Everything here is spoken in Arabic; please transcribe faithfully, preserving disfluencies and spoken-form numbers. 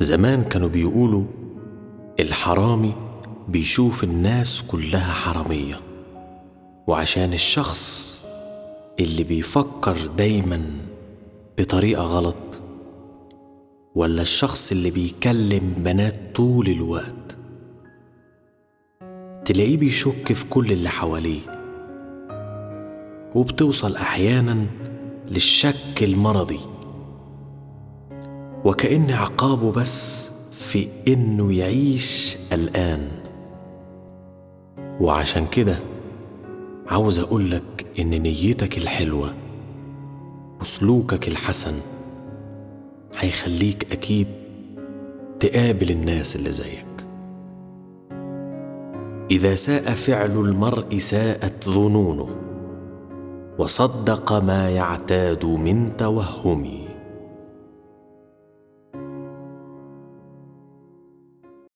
زمان كانوا بيقولوا الحرامي بيشوف الناس كلها حرامية، وعشان الشخص اللي بيفكر دايما بطريقة غلط، ولا الشخص اللي بيكلم بنات طول الوقت تلاقيه بيشك في كل اللي حواليه، وبتوصل أحيانا للشك المرضي، وكأن عقابه بس في إنه يعيش قلقان. وعشان كده عاوز أقولك إن نيتك الحلوة وسلوكك الحسن هيخليك أكيد تقابل الناس اللي زيك. إذا ساء فعل المرء ساءت ظنونه، وصدق ما يعتاد من توهم.